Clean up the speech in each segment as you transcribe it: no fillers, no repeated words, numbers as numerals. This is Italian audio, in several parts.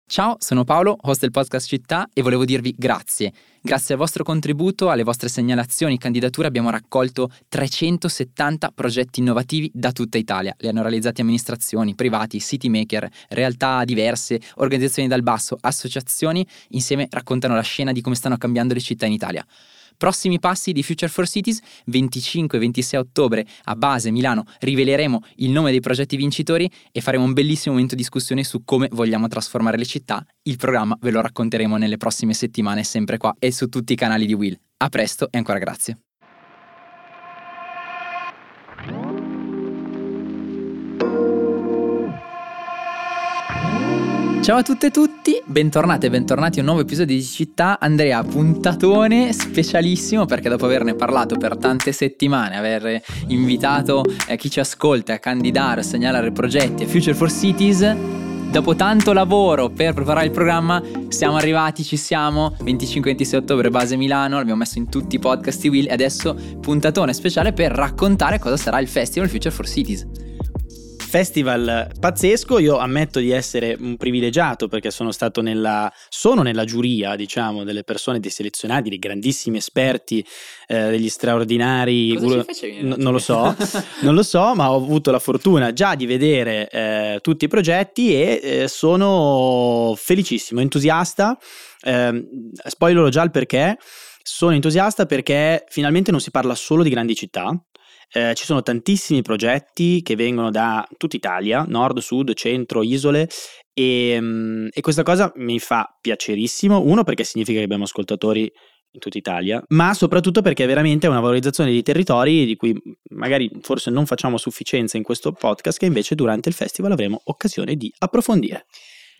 Ciao, sono Paolo, host del podcast Città e volevo dirvi grazie. Grazie al vostro contributo, alle vostre segnalazioni, candidature abbiamo raccolto 370 progetti innovativi da tutta Italia. Li hanno realizzati amministrazioni, privati, city maker, realtà diverse, organizzazioni dal basso, associazioni, insieme raccontano la scena di come stanno cambiando le città in Italia. Prossimi passi di Future for Cities, 25 e 26 ottobre a Base, Milano, riveleremo il nome dei progetti vincitori e faremo un bellissimo momento di discussione su come vogliamo trasformare le città. Il programma ve lo racconteremo nelle prossime settimane, sempre qua e su tutti i canali di Will. A presto e ancora grazie. Ciao a tutte e tutti, bentornate e bentornati a un nuovo episodio di Città. Andrea, puntatone specialissimo perché dopo averne parlato per tante settimane, aver invitato chi ci ascolta a candidare, a segnalare progetti a Future for Cities, dopo tanto lavoro per preparare il programma siamo arrivati, ci siamo, 25-26 ottobre Base Milano, l'abbiamo messo in tutti i podcast di Will e adesso puntatone speciale per raccontare cosa sarà il Festival Future for Cities. Festival pazzesco, io ammetto di essere un privilegiato perché sono nella giuria, diciamo, delle persone, dei selezionati, dei grandissimi esperti, degli straordinari. Cosa ci facevi? Non lo so, ma ho avuto la fortuna già di vedere tutti i progetti e sono felicissimo, entusiasta. Spoilerò già il perché. Sono entusiasta perché finalmente non si parla solo di grandi città. Ci sono tantissimi progetti che vengono da tutta Italia, nord, sud, centro, isole e questa cosa mi fa piacerissimo, uno perché significa che abbiamo ascoltatori in tutta Italia, ma soprattutto perché è veramente una valorizzazione di territori di cui magari forse non facciamo sufficienza in questo podcast, che invece durante il festival avremo occasione di approfondire.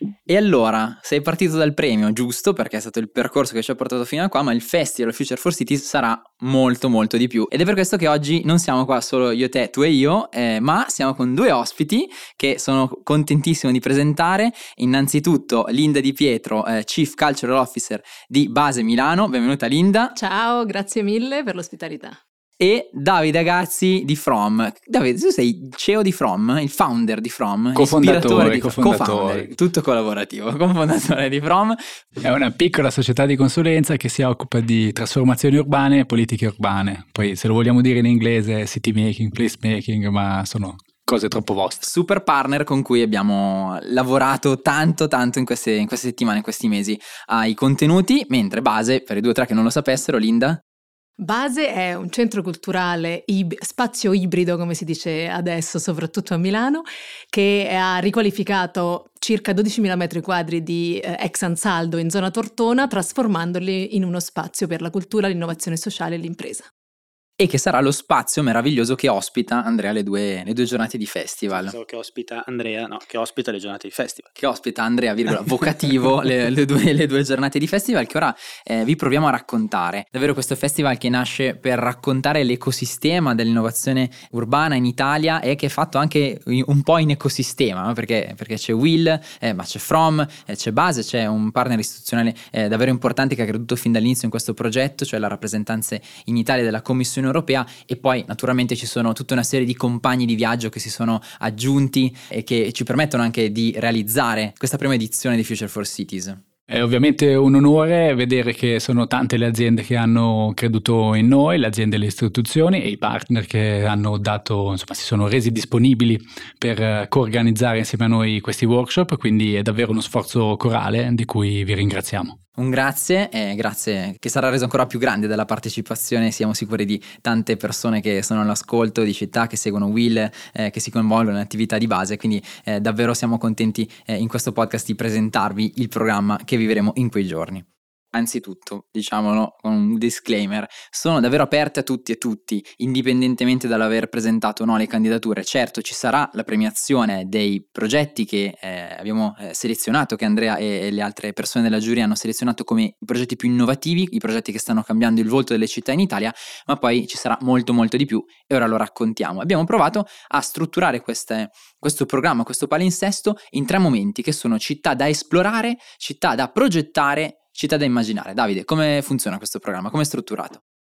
E allora, sei partito dal premio, giusto? Perché è stato il percorso che ci ha portato fino a qua, ma il Festival Future for Cities sarà molto molto di più. Ed è per questo che oggi non siamo qua solo io, te, tu e io, ma siamo con due ospiti che sono contentissimo di presentare. Innanzitutto Linda Di Pietro, Chief Cultural Officer di Base Milano. Benvenuta Linda. Ciao, grazie mille per l'ospitalità. E Davide Agazzi di From. Davide, tu sei il CEO di From, il founder di From, cofondatore, tutto collaborativo, cofondatore di From. È una piccola società di consulenza che si occupa di trasformazioni urbane e politiche urbane. Poi se lo vogliamo dire in inglese city making, place making, ma sono cose troppo vostre. Super partner con cui abbiamo lavorato tanto in queste settimane, in questi mesi ai contenuti, mentre Base, per i 2 o 3 che non lo sapessero, Linda? Base è un centro culturale, spazio ibrido come si dice adesso, soprattutto a Milano, che ha riqualificato circa 12.000 metri quadri di ex Ansaldo in zona Tortona, trasformandoli in uno spazio per la cultura, l'innovazione sociale e l'impresa. E che sarà lo spazio meraviglioso che ospita, Andrea, le due giornate di festival. Che ospita Andrea, no, che ospita le giornate di festival. Che ospita Andrea, vocativo, le due giornate di festival che ora vi proviamo a raccontare. Davvero questo festival che nasce per raccontare l'ecosistema dell'innovazione urbana in Italia e che è fatto anche un po' in ecosistema, no? Perché c'è Will, ma c'è From, c'è Base, c'è un partner istituzionale davvero importante che ha creduto fin dall'inizio in questo progetto, cioè la rappresentanza in Italia della Commissione Europea, e poi naturalmente ci sono tutta una serie di compagni di viaggio che si sono aggiunti e che ci permettono anche di realizzare questa prima edizione di Future for Cities. È ovviamente un onore vedere che sono tante le aziende che hanno creduto in noi, le aziende e le istituzioni e i partner che hanno dato, insomma, si sono resi disponibili per coorganizzare insieme a noi questi workshop, quindi è davvero uno sforzo corale di cui vi ringraziamo. Un grazie che sarà reso ancora più grande dalla partecipazione, siamo sicuri, di tante persone che sono all'ascolto, di città che seguono Will, che si coinvolgono in attività di Base, quindi davvero siamo contenti in questo podcast di presentarvi il programma che vivremo in quei giorni. Anzitutto, diciamolo con un disclaimer, sono davvero aperte a tutti e tutti, indipendentemente dall'aver presentato o no le candidature. Certo, ci sarà la premiazione dei progetti che abbiamo selezionato, che Andrea e le altre persone della giuria hanno selezionato come i progetti più innovativi, i progetti che stanno cambiando il volto delle città in Italia, ma poi ci sarà molto di più e ora lo raccontiamo. Abbiamo provato a strutturare questo programma, questo palinsesto in 3 momenti che sono città da esplorare, città da progettare, città da immaginare. Davide, come funziona questo programma? Come è strutturato?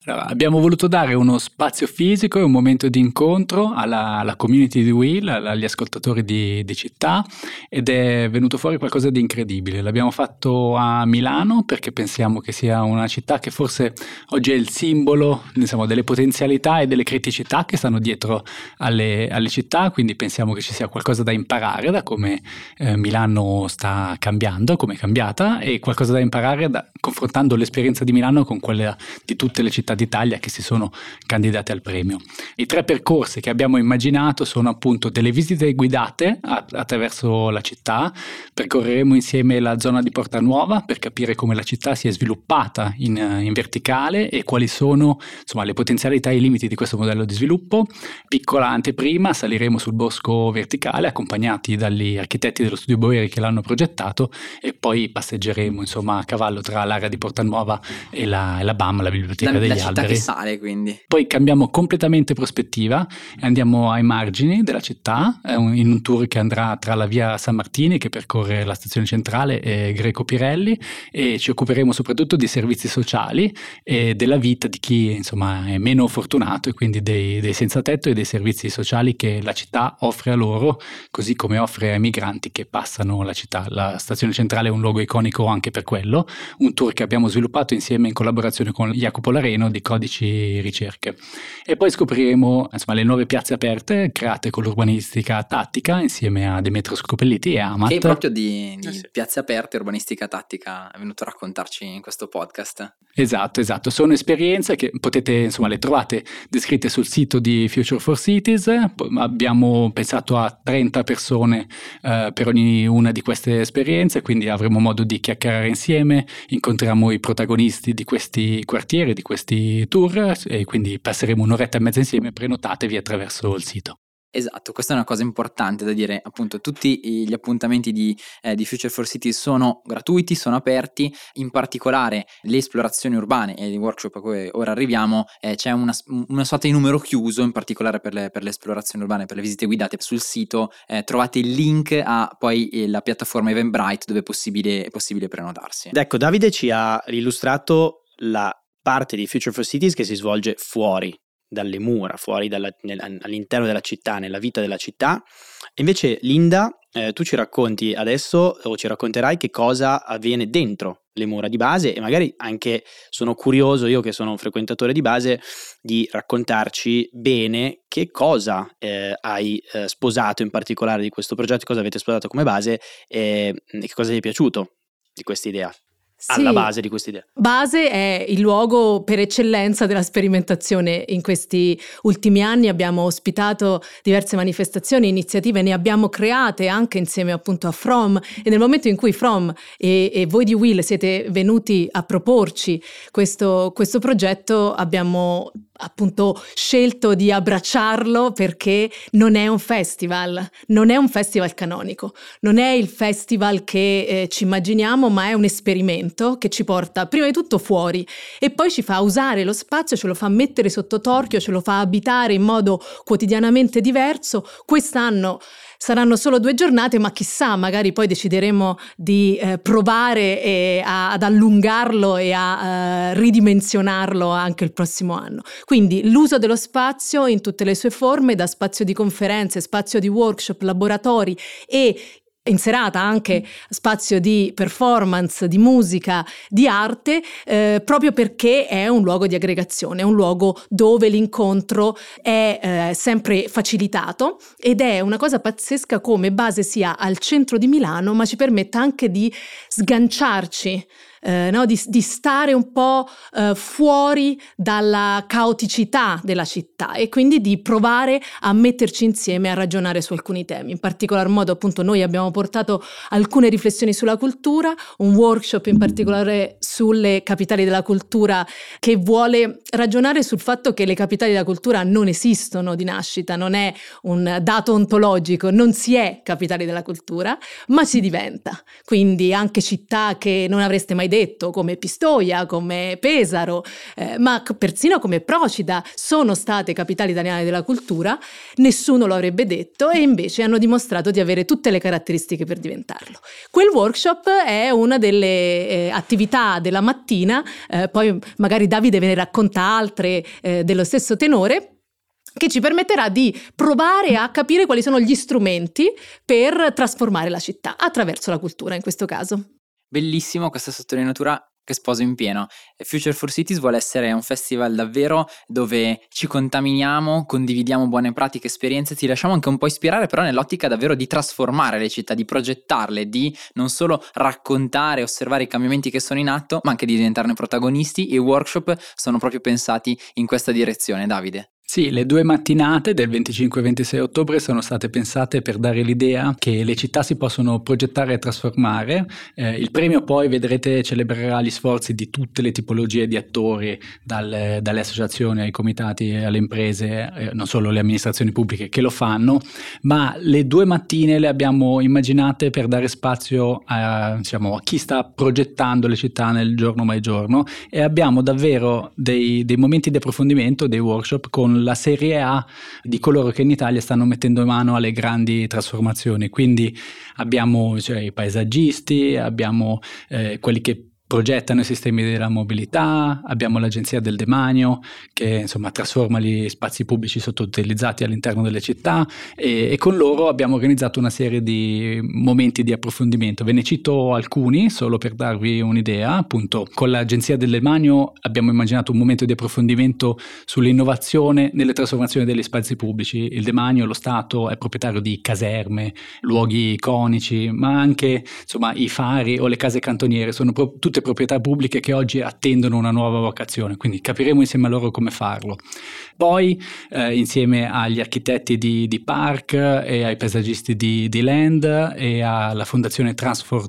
Allora, abbiamo voluto dare uno spazio fisico e un momento di incontro alla community di Will, agli ascoltatori di città, ed è venuto fuori qualcosa di incredibile. L'abbiamo fatto a Milano perché pensiamo che sia una città che forse oggi è il simbolo, insomma, delle potenzialità e delle criticità che stanno dietro alle città, quindi pensiamo che ci sia qualcosa da imparare da come Milano sta cambiando, come è cambiata, e qualcosa da imparare confrontando l'esperienza di Milano con quella di tutte le città d'Italia che si sono candidate al premio. I 3 percorsi che abbiamo immaginato sono appunto delle visite guidate attraverso la città. Percorreremo insieme la zona di Porta Nuova per capire come la città si è sviluppata in verticale e quali sono, insomma, le potenzialità e i limiti di questo modello di sviluppo. Piccola anteprima, saliremo sul bosco verticale accompagnati dagli architetti dello studio Boeri che l'hanno progettato, e poi passeggeremo, insomma, a cavallo tra l'area di Porta Nuova e la BAM, la biblioteca degli alberi. La città che sale, quindi. Poi cambiamo completamente prospettiva e andiamo ai margini della città, in un tour che andrà tra la via San Martini, che percorre la stazione centrale, e Greco Pirelli, e ci occuperemo soprattutto di servizi sociali e della vita di chi, insomma, è meno fortunato, e quindi dei senza tetto e dei servizi sociali che la città offre a loro, così come offre ai migranti che passano la città. La stazione centrale è un luogo iconico anche per quello, un tour che abbiamo sviluppato insieme in collaborazione con Jacopo Lareno di Codici Ricerche. E poi scopriremo, insomma, le nuove piazze aperte create con l'urbanistica tattica insieme a Demetrio Scopelliti e Amat. Che proprio di piazze aperte, urbanistica tattica è venuto a raccontarci in questo podcast. Esatto, sono esperienze che potete, insomma, le trovate descritte sul sito di Future for Cities. Abbiamo pensato a 30 persone per ogni una di queste esperienze, quindi avremo modo di chiacchierare insieme, incontriamo i protagonisti di questi quartieri, di questi tour, e quindi passeremo un'oretta e mezza insieme. Prenotatevi attraverso il sito. Esatto, questa è una cosa importante da dire, appunto tutti gli appuntamenti di Future for Cities sono gratuiti, sono aperti, in particolare le esplorazioni urbane e i workshop a cui ora arriviamo, c'è una sorta di numero chiuso, in particolare per le esplorazioni urbane, per le visite guidate. Sul sito trovate il link a poi la piattaforma Eventbrite dove è possibile prenotarsi. Ecco, Davide ci ha illustrato la parte di Future for Cities che si svolge fuori dalle mura, fuori all'interno della città, nella vita della città. Invece Linda, tu ci racconti adesso, o ci racconterai, che cosa avviene dentro le mura di base, e magari anche sono curioso, io che sono un frequentatore di base, di raccontarci bene che cosa hai sposato in particolare di questo progetto, cosa avete sposato come base, e che cosa ti è piaciuto di questa idea. Alla base di questa idea. Base è il luogo per eccellenza della sperimentazione. In questi ultimi anni abbiamo ospitato diverse manifestazioni, iniziative, ne abbiamo create anche insieme appunto a From, e nel momento in cui From e voi di Will siete venuti a proporci questo progetto, abbiamo appunto scelto di abbracciarlo, perché non è un festival canonico, non è il festival che ci immaginiamo, ma è un esperimento che ci porta prima di tutto fuori e poi ci fa usare lo spazio, ce lo fa mettere sotto torchio, ce lo fa abitare in modo quotidianamente diverso. Quest'anno saranno solo 2 giornate, ma chissà, magari poi decideremo di provare ad allungarlo e a ridimensionarlo anche il prossimo anno. Quindi l'uso dello spazio in tutte le sue forme, da spazio di conferenze, spazio di workshop, laboratori, e in serata anche spazio di performance, di musica, di arte, proprio perché è un luogo di aggregazione, è un luogo dove l'incontro è sempre facilitato, ed è una cosa pazzesca come base sia al centro di Milano, ma ci permetta anche di sganciarci, di stare un po' fuori dalla caoticità della città, e quindi di provare a metterci insieme a ragionare su alcuni temi. In particolar modo appunto noi abbiamo portato alcune riflessioni sulla cultura, un workshop in particolare sulle capitali della cultura, che vuole ragionare sul fatto che le capitali della cultura non esistono di nascita, non è un dato ontologico, non si è capitali della cultura, ma si diventa. Quindi anche città che non avreste mai detto, come Pistoia, come Pesaro, ma persino come Procida, sono state capitali italiane della cultura, nessuno lo avrebbe detto, e invece hanno dimostrato di avere tutte le caratteristiche per diventarlo. Quel workshop è una delle attività della mattina, poi magari Davide ve ne racconta altre dello stesso tenore, che ci permetterà di provare a capire quali sono gli strumenti per trasformare la città attraverso la cultura in questo caso. Bellissimo questa sottolineatura che sposo in pieno. Future for Cities vuole essere un festival davvero dove ci contaminiamo, condividiamo buone pratiche, esperienze, ti lasciamo anche un po' ispirare, però nell'ottica davvero di trasformare le città, di progettarle, di non solo raccontare, osservare i cambiamenti che sono in atto, ma anche di diventarne protagonisti. I workshop sono proprio pensati in questa direzione, Davide. Sì, le 2 mattinate del 25 e 26 ottobre sono state pensate per dare l'idea che le città si possono progettare e trasformare. Il premio poi, vedrete, celebrerà gli sforzi di tutte le tipologie di attori, dalle associazioni ai comitati e alle imprese, non solo le amministrazioni pubbliche che lo fanno, ma le 2 mattine le abbiamo immaginate per dare spazio a chi sta progettando le città nel giorno mai giorno, e abbiamo davvero dei momenti di approfondimento, dei workshop con la serie A di coloro che in Italia stanno mettendo in mano alle grandi trasformazioni. Quindi abbiamo i paesaggisti, abbiamo quelli che progettano i sistemi della mobilità, abbiamo l'Agenzia del Demanio che trasforma gli spazi pubblici sottoutilizzati all'interno delle città, e con loro abbiamo organizzato una serie di momenti di approfondimento. Ve ne cito alcuni solo per darvi un'idea. Appunto, con l'Agenzia del Demanio abbiamo immaginato un momento di approfondimento sull'innovazione nelle trasformazioni degli spazi pubblici. Il Demanio, lo Stato, è proprietario di caserme, luoghi iconici, ma anche i fari o le case cantoniere sono tutte proprietà pubbliche che oggi attendono una nuova vocazione, quindi capiremo insieme a loro come farlo. Poi insieme agli architetti di Park e ai paesaggisti di Land e alla fondazione Transform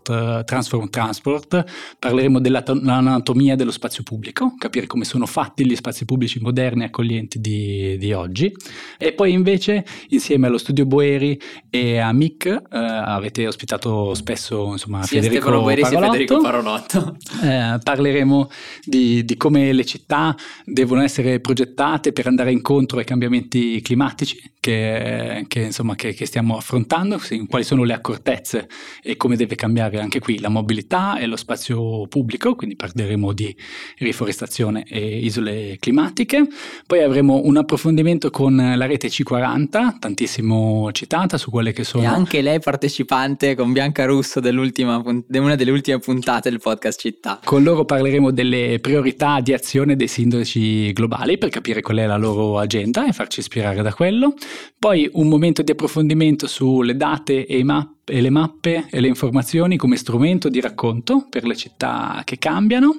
Transport parleremo dell'anatomia dello spazio pubblico, capire come sono fatti gli spazi pubblici moderni e accoglienti di oggi. E poi invece insieme allo Studio Boeri e a MIC avete ospitato spesso Federico Parolotto. Parleremo di come le città devono essere progettate per andare incontro ai cambiamenti climatici che stiamo affrontando, quali sono le accortezze e come deve cambiare anche qui la mobilità e lo spazio pubblico. Quindi parleremo di riforestazione e isole climatiche. Poi avremo un approfondimento con la rete C40, tantissimo citata, su quelle che sono... E anche lei partecipante con Bianca Russo di una delle ultime puntate del podcast Città. Con loro parleremo delle priorità di azione dei sindaci globali per capire qual è la loro agenda e farci ispirare da quello. Poi un momento di approfondimento sulle date e le mappe e le informazioni come strumento di racconto per le città che cambiano.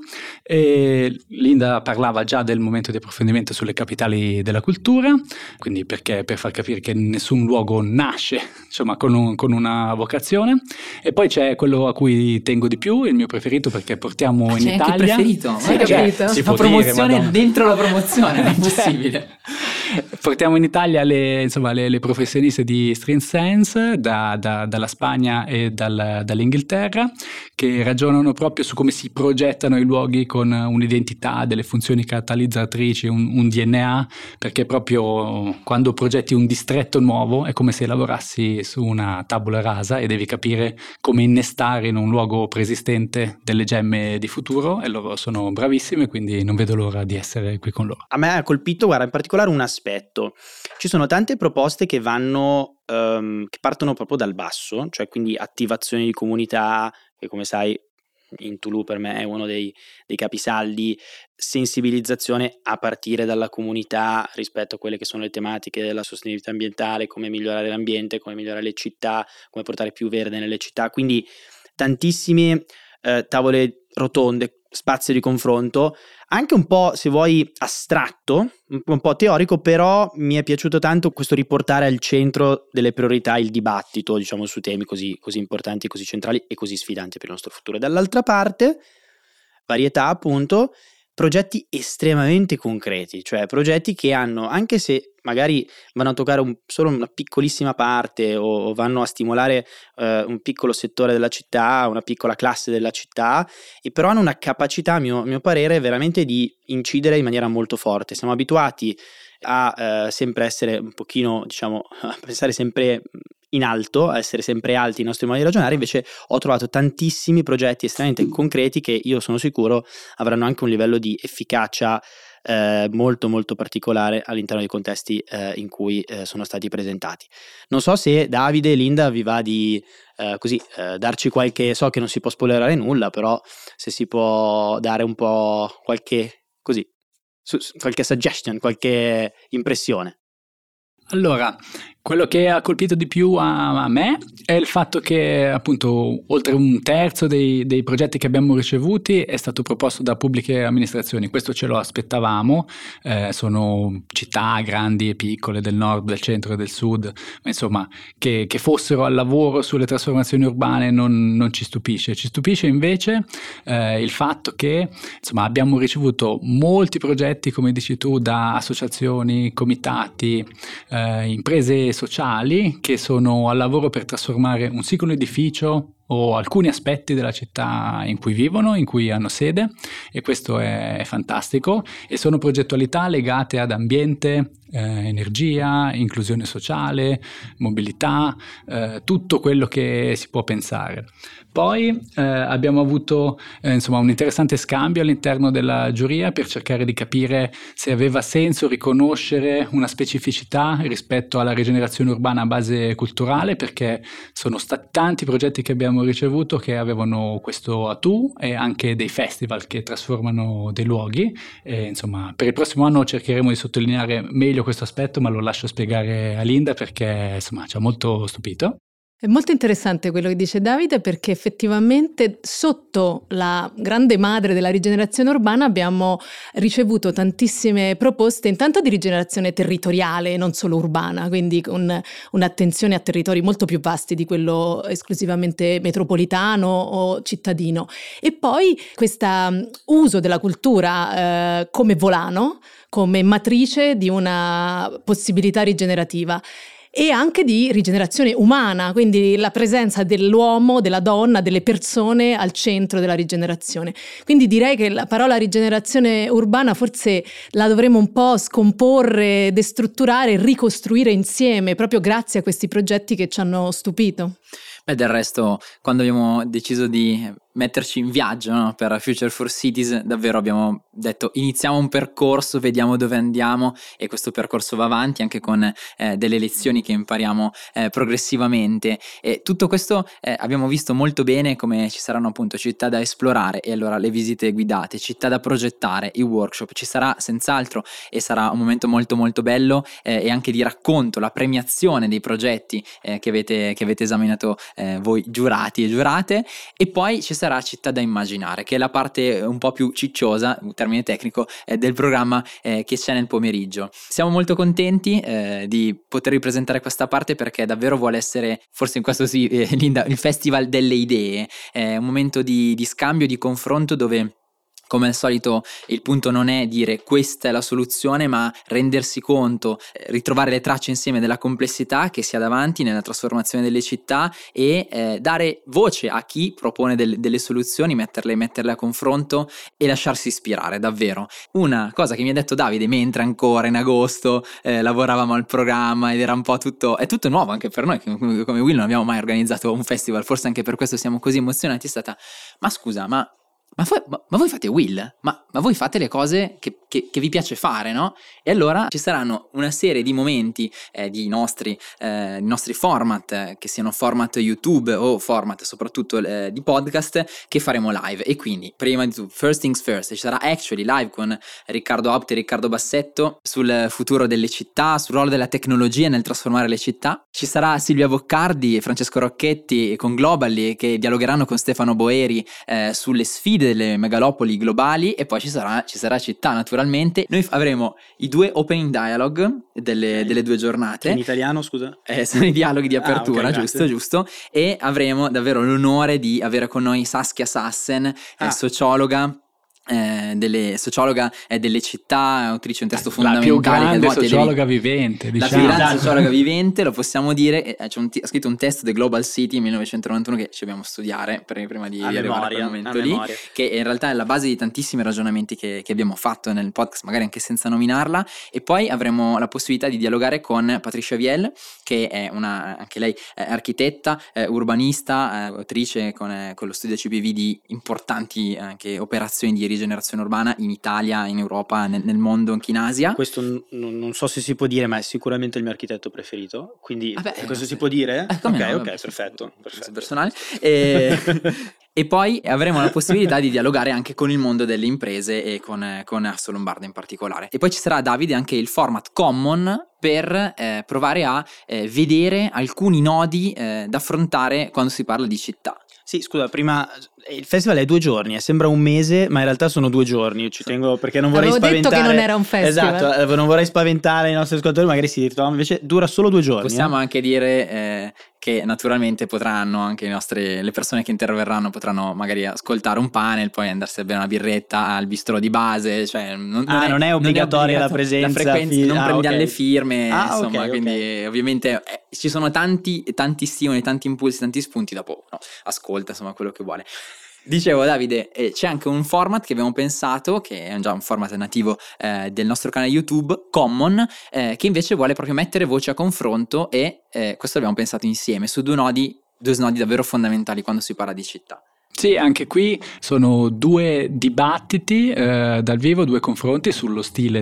E Linda parlava già del momento di approfondimento sulle capitali della cultura, quindi perché per far capire che nessun luogo nasce con una vocazione. E poi c'è quello a cui tengo di più, il mio preferito, perché portiamo in Italia... Anche preferito? Si fa promozione dentro la promozione, è impossibile. Portiamo in Italia le professioniste di Street Sense dalla Spagna e dall'Inghilterra, che ragionano proprio su come si progettano i luoghi con un'identità, delle funzioni catalizzatrici, un DNA, perché proprio quando progetti un distretto nuovo è come se lavorassi su una tabula rasa e devi capire come innestare in un luogo preesistente delle gemme di futuro, e loro sono bravissimi, quindi non vedo l'ora di essere qui con loro. A me ha colpito, guarda, in particolare un aspetto. Ci sono tante proposte che che partono proprio dal basso, cioè quindi attivazioni di comunità, che come sai in Toulouse per me è uno dei capisaldi, sensibilizzazione a partire dalla comunità rispetto a quelle che sono le tematiche della sostenibilità ambientale, come migliorare l'ambiente, come migliorare le città, come portare più verde nelle città, quindi tantissime tavole rotonde, spazio di confronto, anche un po', se vuoi, astratto, un po' teorico, però mi è piaciuto tanto questo riportare al centro delle priorità il dibattito, su temi così importanti, così centrali e così sfidanti per il nostro futuro. Dall'altra parte, varietà, appunto, progetti estremamente concreti, cioè progetti che hanno, anche se magari vanno a toccare solo una piccolissima parte o vanno a stimolare un piccolo settore della città, una piccola classe della città, e però hanno una capacità, a mio parere, veramente di incidere in maniera molto forte. Siamo abituati a sempre essere un pochino, a pensare sempre in alto, a essere sempre alti i nostri modi di ragionare. Invece ho trovato tantissimi progetti estremamente concreti che io sono sicuro avranno anche un livello di efficacia molto molto particolare all'interno dei contesti in cui sono stati presentati. Non so se Davide e Linda vi va di darci qualche, so che non si può spoilerare nulla, però se si può dare un po' qualche suggestion, qualche impressione. Allora, quello che ha colpito di più a me è il fatto che appunto oltre un terzo dei progetti che abbiamo ricevuti è stato proposto da pubbliche amministrazioni. Questo ce lo aspettavamo, sono città grandi e piccole del nord, del centro e del sud, ma insomma che fossero al lavoro sulle trasformazioni urbane non ci stupisce. Ci stupisce invece il fatto che insomma abbiamo ricevuto molti progetti, come dici tu, da associazioni, comitati, imprese sociali che sono al lavoro per trasformare un singolo edificio o alcuni aspetti della città in cui vivono, in cui hanno sede, e questo è fantastico, e sono progettualità legate ad ambiente, energia, inclusione sociale, mobilità, tutto quello che si può pensare. Poi abbiamo avuto insomma un interessante scambio all'interno della giuria per cercare di capire se aveva senso riconoscere una specificità rispetto alla rigenerazione urbana a base culturale, perché sono stati tanti progetti che abbiamo ricevuto che avevano questo atu, e anche dei festival che trasformano dei luoghi, e insomma per il prossimo anno cercheremo di sottolineare meglio questo aspetto, ma lo lascio spiegare a Linda perché insomma ci ha molto stupito. È molto interessante quello che dice Davide, perché effettivamente sotto la grande madre della rigenerazione urbana abbiamo ricevuto tantissime proposte, intanto di rigenerazione territoriale, non solo urbana, quindi con un'attenzione a territori molto più vasti di quello esclusivamente metropolitano o cittadino. E poi questo uso della cultura come volano, come matrice di una possibilità rigenerativa. E anche di rigenerazione umana, quindi la presenza dell'uomo, della donna, delle persone al centro della rigenerazione. Quindi direi che la parola rigenerazione urbana forse la dovremmo un po' scomporre, destrutturare, ricostruire insieme, proprio grazie a questi progetti che ci hanno stupito. Beh, del resto, quando abbiamo deciso di metterci in viaggio, no, per Future for Cities, davvero abbiamo detto iniziamo un percorso, vediamo dove andiamo, e questo percorso va avanti anche con delle lezioni che impariamo progressivamente, e tutto questo abbiamo visto molto bene come ci saranno appunto città da esplorare, e allora le visite guidate, città da progettare, i workshop, ci sarà senz'altro, e sarà un momento molto molto bello e anche di racconto, la premiazione dei progetti che avete esaminato voi giurati e giurate, e poi ci sarà città da immaginare, che è la parte un po' più cicciosa, un termine tecnico, del programma che c'è nel pomeriggio. Siamo molto contenti di poter ripresentare questa parte, perché davvero vuole essere, forse in questo sì, Linda, il festival delle idee, un momento di scambio, di confronto, dove come al solito il punto non è dire questa è la soluzione, ma rendersi conto, ritrovare le tracce insieme della complessità che si ha davanti nella trasformazione delle città, e dare voce a chi propone delle soluzioni, metterle a confronto e lasciarsi ispirare davvero. Una cosa che mi ha detto Davide mentre ancora in agosto lavoravamo al programma, ed era un po' è tutto nuovo anche per noi, come Will non abbiamo mai organizzato un festival, forse anche per questo siamo così emozionati, è stata: ma scusa, ma voi fate Will? Ma voi fate le cose che vi piace fare, no? E allora ci saranno una serie di momenti di nostri format, che siano format YouTube o format soprattutto di podcast, che faremo live. E quindi, prima di tutto, first things first, ci sarà Actually live con Riccardo Haupt e Riccardo Bassetto sul futuro delle città, sul ruolo della tecnologia nel trasformare le città. Ci sarà Silvia Boccardi e Francesco Rocchetti con Globally, che dialogheranno con Stefano Boeri sulle sfide delle megalopoli globali, e poi ci sarà città naturalmente. Noi avremo i 2 opening dialogue delle 2 giornate. In italiano, scusa? Sono i dialoghi di apertura, okay, giusto. E avremo davvero l'onore di avere con noi Saskia Sassen, sociologa, sociologa delle città, autrice un testo fondamentale. La più grande sociologa vivente, diciamo. La più grande sociologa vivente, lo possiamo dire. Ha scritto un testo The Global City 1991 che ci dobbiamo studiare prima di arrivare a quel momento lì, che in realtà è la base di tantissimi ragionamenti che abbiamo fatto nel podcast, magari anche senza nominarla. E poi avremo la possibilità di dialogare con Patricia Viel, che è anche lei architetta, urbanista, autrice con lo studio CPV di importanti anche operazioni di rigenerazione urbana in Italia, in Europa, nel mondo, anche in Asia. Questo non so se si può dire, ma è sicuramente il mio architetto preferito, quindi questo si può dire? Ok, perfetto. Personale. E poi avremo la possibilità di dialogare anche con il mondo delle imprese e con Asso Lombarda in particolare. E poi ci sarà, Davide, anche il format Common per provare a vedere alcuni nodi da affrontare quando si parla di città. Sì, scusa, prima il festival è 2 giorni, sembra un mese, ma in realtà sono 2 giorni. Io ci tengo perché non vorrei spaventare. Avevo detto che non era un festival. Esatto, non vorrei spaventare i nostri ascoltatori, magari si ritrovano, invece dura solo 2 giorni. Possiamo anche dire che naturalmente potranno anche le persone che interverranno potranno magari ascoltare un panel, poi andarsi a bere una birretta al bistrò di base, cioè non è obbligatoria la presenza, la frequenza, non prendiamo le firme, insomma, okay. Quindi ovviamente ci sono tanti stimoli, tanti impulsi, tanti spunti, dopo ascolta insomma quello che vuole. Dicevo, Davide, c'è anche un format che abbiamo pensato, che è già un format nativo del nostro canale YouTube, Common, che invece vuole proprio mettere voce a confronto e questo l'abbiamo pensato insieme su due snodi davvero fondamentali quando si parla di città. Sì, anche qui sono 2 dibattiti dal vivo, 2 confronti sullo stile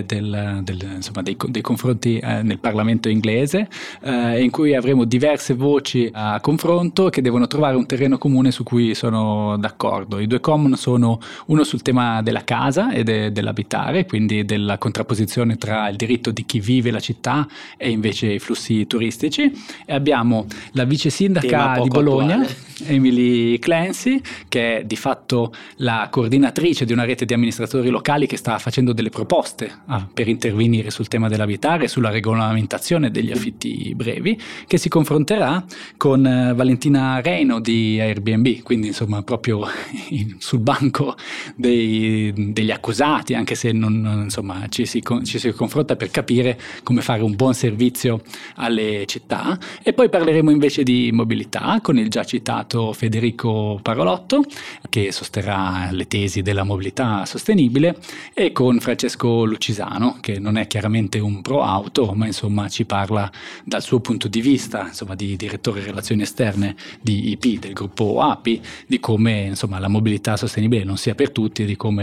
dei confronti nel Parlamento inglese, in cui avremo diverse voci a confronto che devono trovare un terreno comune su cui sono d'accordo. I 2 common sono uno sul tema della casa e dell'abitare, quindi della contrapposizione tra il diritto di chi vive la città e invece i flussi turistici, e abbiamo la vice sindaca di Bologna, Emily Clancy, che è di fatto la coordinatrice di una rete di amministratori locali che sta facendo delle proposte per intervenire sul tema dell'abitare, sulla regolamentazione degli affitti brevi, che si confronterà con Valentina Reino di Airbnb, quindi insomma proprio sul banco degli accusati, anche se insomma ci si confronta per capire come fare un buon servizio alle città. E poi parleremo invece di mobilità con il già citato Federico Parolotto, che sosterrà le tesi della mobilità sostenibile, e con Francesco Lucisano, che non è chiaramente un pro auto, ma insomma ci parla dal suo punto di vista, insomma, di direttore relazioni esterne di IP del gruppo API, di come insomma la mobilità sostenibile non sia per tutti e di come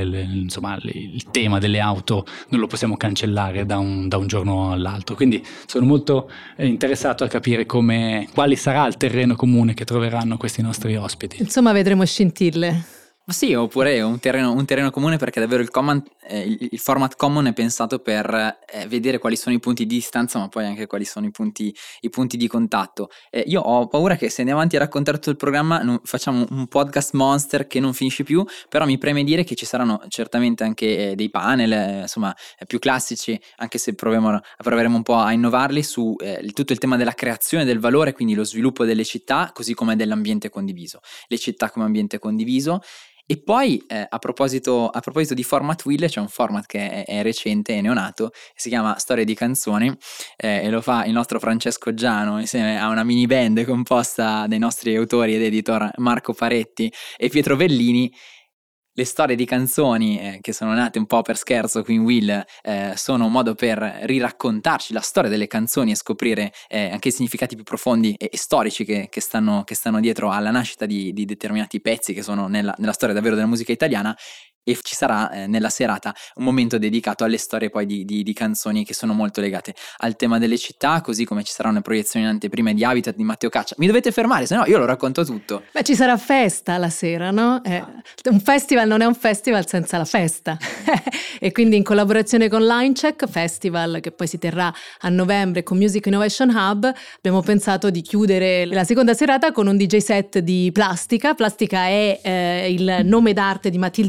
il tema delle auto non lo possiamo cancellare da un giorno all'altro. Quindi sono molto interessato a capire quali sarà il terreno comune che troveranno questi nostri ospiti. Insomma, vedremo scintille. Ma sì, oppure un terreno comune, perché davvero il format Common è pensato per vedere quali sono i punti di distanza, ma poi anche quali sono i punti di contatto. Io ho paura che se andiamo avanti a raccontare tutto il programma facciamo un podcast monster che non finisce più, però mi preme dire che ci saranno certamente anche dei panel, insomma, più classici, anche se proveremo un po' a innovarli su tutto il tema della creazione del valore, quindi lo sviluppo delle città, così come dell'ambiente condiviso, le città come ambiente condiviso. E poi a proposito di format Will, c'è un format che è recente, è neonato, si chiama Storie di canzoni, e lo fa il nostro Francesco Giano insieme a una mini band composta dai nostri autori ed editor Marco Paretti e Pietro Bellini. Le storie di canzoni che sono nate un po' per scherzo qui in Will sono un modo per riraccontarci la storia delle canzoni e scoprire anche i significati più profondi e storici che stanno dietro alla nascita di determinati pezzi che sono nella storia davvero della musica italiana. E ci sarà nella serata un momento dedicato alle storie poi di canzoni che sono molto legate al tema delle città, così come ci saranno le proiezioni in anteprime di Habitat di Matteo Caccia. Mi dovete fermare, se no io lo racconto tutto. Beh, ci sarà festa la sera, no? Un festival non è un festival senza la festa. E quindi in collaborazione con Linecheck Festival, che poi si terrà a novembre con Music Innovation Hub, abbiamo pensato di chiudere la seconda serata con un DJ set di Plastica. Plastica è il nome d'arte di Matilde Ferrari,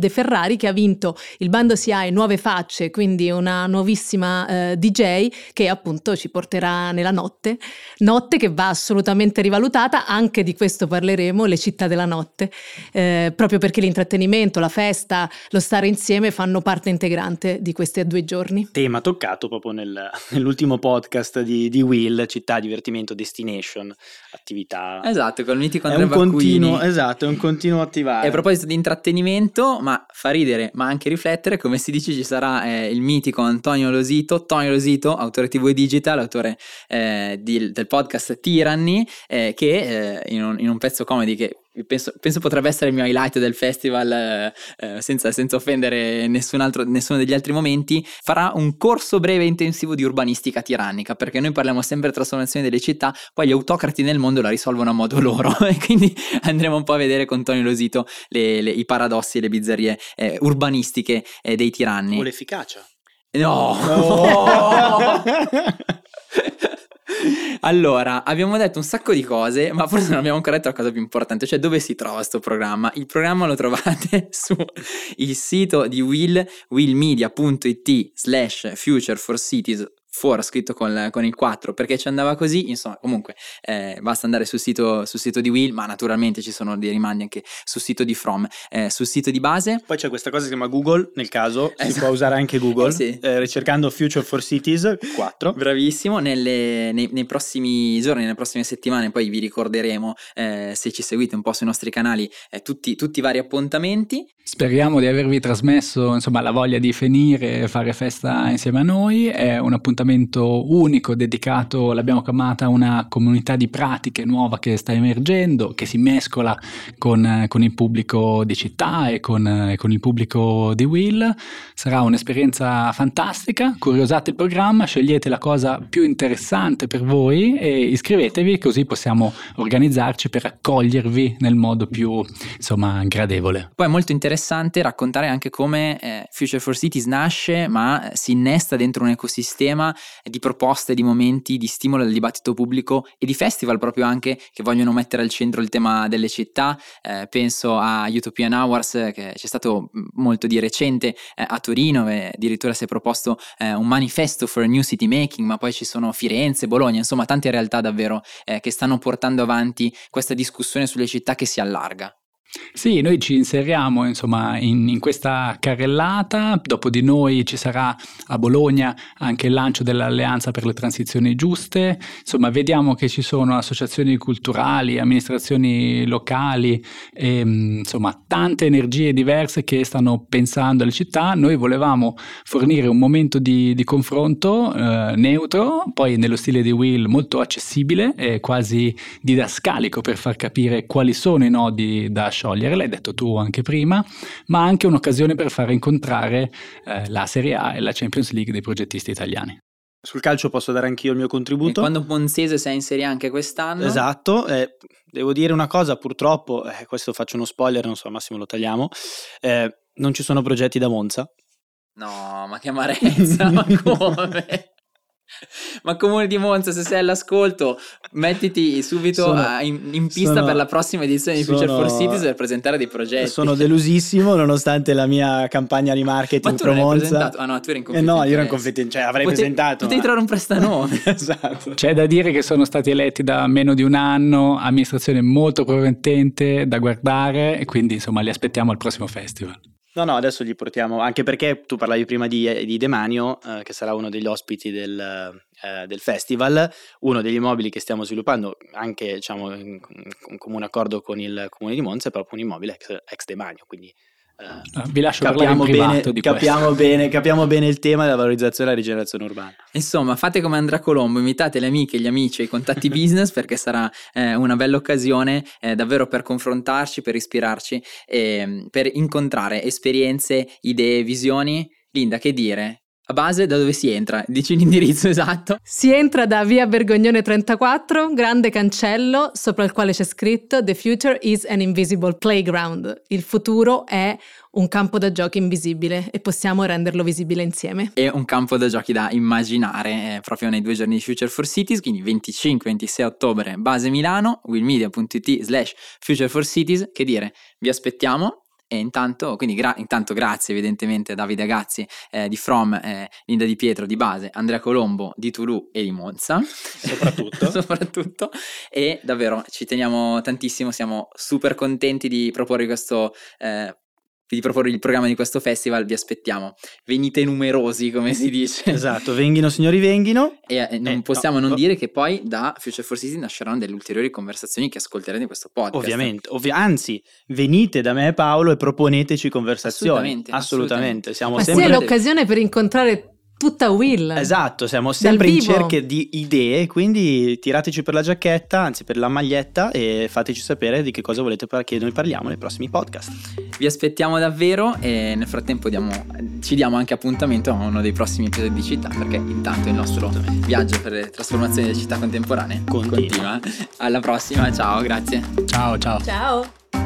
Ferrari, che ha vinto il bando SIAE Nuove Facce, quindi una nuovissima DJ che appunto ci porterà nella notte che va assolutamente rivalutata. Anche di questo parleremo, le città della notte, proprio perché l'intrattenimento, la festa, lo stare insieme fanno parte integrante di questi 2 giorni. Tema toccato proprio nell'ultimo podcast di Will, città, divertimento, destination, attività. Esatto, col mitico Andrea Baccuini. Esatto, è un continuo attivare. E a proposito di intrattenimento, ma fa ridere ma anche riflettere, come si dice, ci sarà il mitico Antonio Losito, autore TV e Digital, autore del podcast Tyranny, che in un pezzo comedy che penso potrebbe essere il mio highlight del festival, senza offendere nessuno degli altri momenti, farà un corso breve e intensivo di urbanistica tirannica, perché noi parliamo sempre di trasformazione delle città, poi gli autocrati nel mondo la risolvono a modo loro e quindi andremo un po' a vedere con Antonio Losito i paradossi e le bizzarrie urbanistiche dei tiranni. O l'efficacia. No! Allora, abbiamo detto un sacco di cose, ma forse non abbiamo ancora detto la cosa più importante, cioè dove si trova sto programma. Il programma lo trovate su il sito di Will, willmedia.it/Future for Cities, scritto con il 4 perché ci andava così, insomma. Comunque basta andare sul sito di Will, ma naturalmente ci sono dei rimandi anche sul sito di From, sul sito di base. Poi c'è questa cosa che si chiama Google, nel caso si può usare anche Google, sì. Ricercando Future for Cities 4. Bravissimo. Nei prossimi giorni, nelle prossime settimane poi vi ricorderemo, se ci seguite un po' sui nostri canali, tutti i vari appuntamenti. Speriamo di avervi trasmesso, insomma, la voglia di venire e fare festa insieme a noi. È un appuntamento unico dedicato, l'abbiamo chiamata, una comunità di pratiche nuova che sta emergendo, che si mescola con il pubblico di città e con il pubblico di Will. Sarà un'esperienza fantastica. Curiosate il programma, scegliete la cosa più interessante per voi e iscrivetevi, così possiamo organizzarci per accogliervi nel modo più, insomma, gradevole. Poi è molto interessante raccontare anche come Future for Cities nasce, ma si innesta dentro un ecosistema di proposte, di momenti, di stimolo del dibattito pubblico e di festival proprio anche che vogliono mettere al centro il tema delle città. Penso a Utopian Hours, che c'è stato molto di recente a Torino, e addirittura si è proposto un manifesto for a new city making, ma poi ci sono Firenze, Bologna, insomma tante realtà davvero che stanno portando avanti questa discussione sulle città che si allarga. Sì, noi ci inseriamo, insomma, in questa carrellata. Dopo di noi ci sarà a Bologna anche il lancio dell'Alleanza per le Transizioni Giuste. Insomma, vediamo che ci sono associazioni culturali, amministrazioni locali e, insomma, tante energie diverse che stanno pensando alle città. Noi volevamo fornire un momento di confronto neutro, poi nello stile di Will molto accessibile e quasi didascalico, per far capire quali sono i nodi da sciogliere, l'hai detto tu anche prima, ma anche un'occasione per far incontrare la Serie A e la Champions League dei progettisti italiani. Sul calcio posso dare anch'io il mio contributo. E quando Monzese sei in Serie A anche quest'anno. Esatto, devo dire una cosa, purtroppo, questo faccio uno spoiler, non so, al massimo lo tagliamo, non ci sono progetti da Monza. No, ma che amarezza, ma come? Ma Comune di Monza, se sei all'ascolto, mettiti subito in pista per la prossima edizione di Future for Cities per presentare dei progetti. Sono delusissimo, nonostante la mia campagna di marketing pro Monza. Ah no, tu eri in conflitto. No, io ero in conflitto, cioè avrei presentato. Potevi trovare un prestanome. Esatto. C'è da dire che sono stati eletti da meno di un anno, amministrazione molto promettente da guardare, e quindi insomma li aspettiamo al prossimo festival. No, adesso gli portiamo, anche perché tu parlavi prima di Demanio, che sarà uno degli ospiti del festival, uno degli immobili che stiamo sviluppando anche, diciamo, in comune accordo con il Comune di Monza, è proprio un immobile ex Demanio, quindi vi lascio parlare in privato di capiamo bene il tema della valorizzazione e la rigenerazione urbana. Insomma, fate come Andrea Colombo, invitate le amiche, gli amici e i contatti business, perché sarà una bella occasione davvero per confrontarci, per ispirarci, per incontrare esperienze, idee, visioni. Linda, che dire? A base, da dove si entra? Dici l'indirizzo esatto? Si entra da via Bergognone 34, grande cancello sopra il quale c'è scritto "The future is an invisible playground". Il futuro è un campo da giochi invisibile e possiamo renderlo visibile insieme. È un campo da giochi da immaginare proprio nei 2 giorni di Future for Cities, quindi 25-26 ottobre, base Milano, willmedia.it/Future for Cities. Che dire, vi aspettiamo. E intanto grazie evidentemente a Davide Agazzi di From, Linda Di Pietro di Base, Andrea Colombo di Toulouse e di Monza soprattutto, e davvero ci teniamo tantissimo, siamo super contenti di proporre il programma di questo festival. Vi aspettiamo, venite numerosi, come si dice. Esatto, venghino signori, venghino. E non possiamo non dire che poi da Future for City nasceranno delle ulteriori conversazioni che ascolterete in questo podcast. Ovviamente, anzi, venite da me e Paolo e proponeteci conversazioni. Assolutamente. Siamo Ma sempre... sia l'occasione per incontrare tutta Will. Esatto, siamo sempre in cerca di idee, quindi tirateci per la giacchetta, anzi per la maglietta, e fateci sapere di che cosa volete che noi parliamo nei prossimi podcast. Vi aspettiamo davvero, e nel frattempo ci diamo anche appuntamento a uno dei prossimi episodi di Città, perché intanto il nostro viaggio per le trasformazioni delle città contemporanee continua. Alla prossima, ciao, grazie. Ciao. Ciao.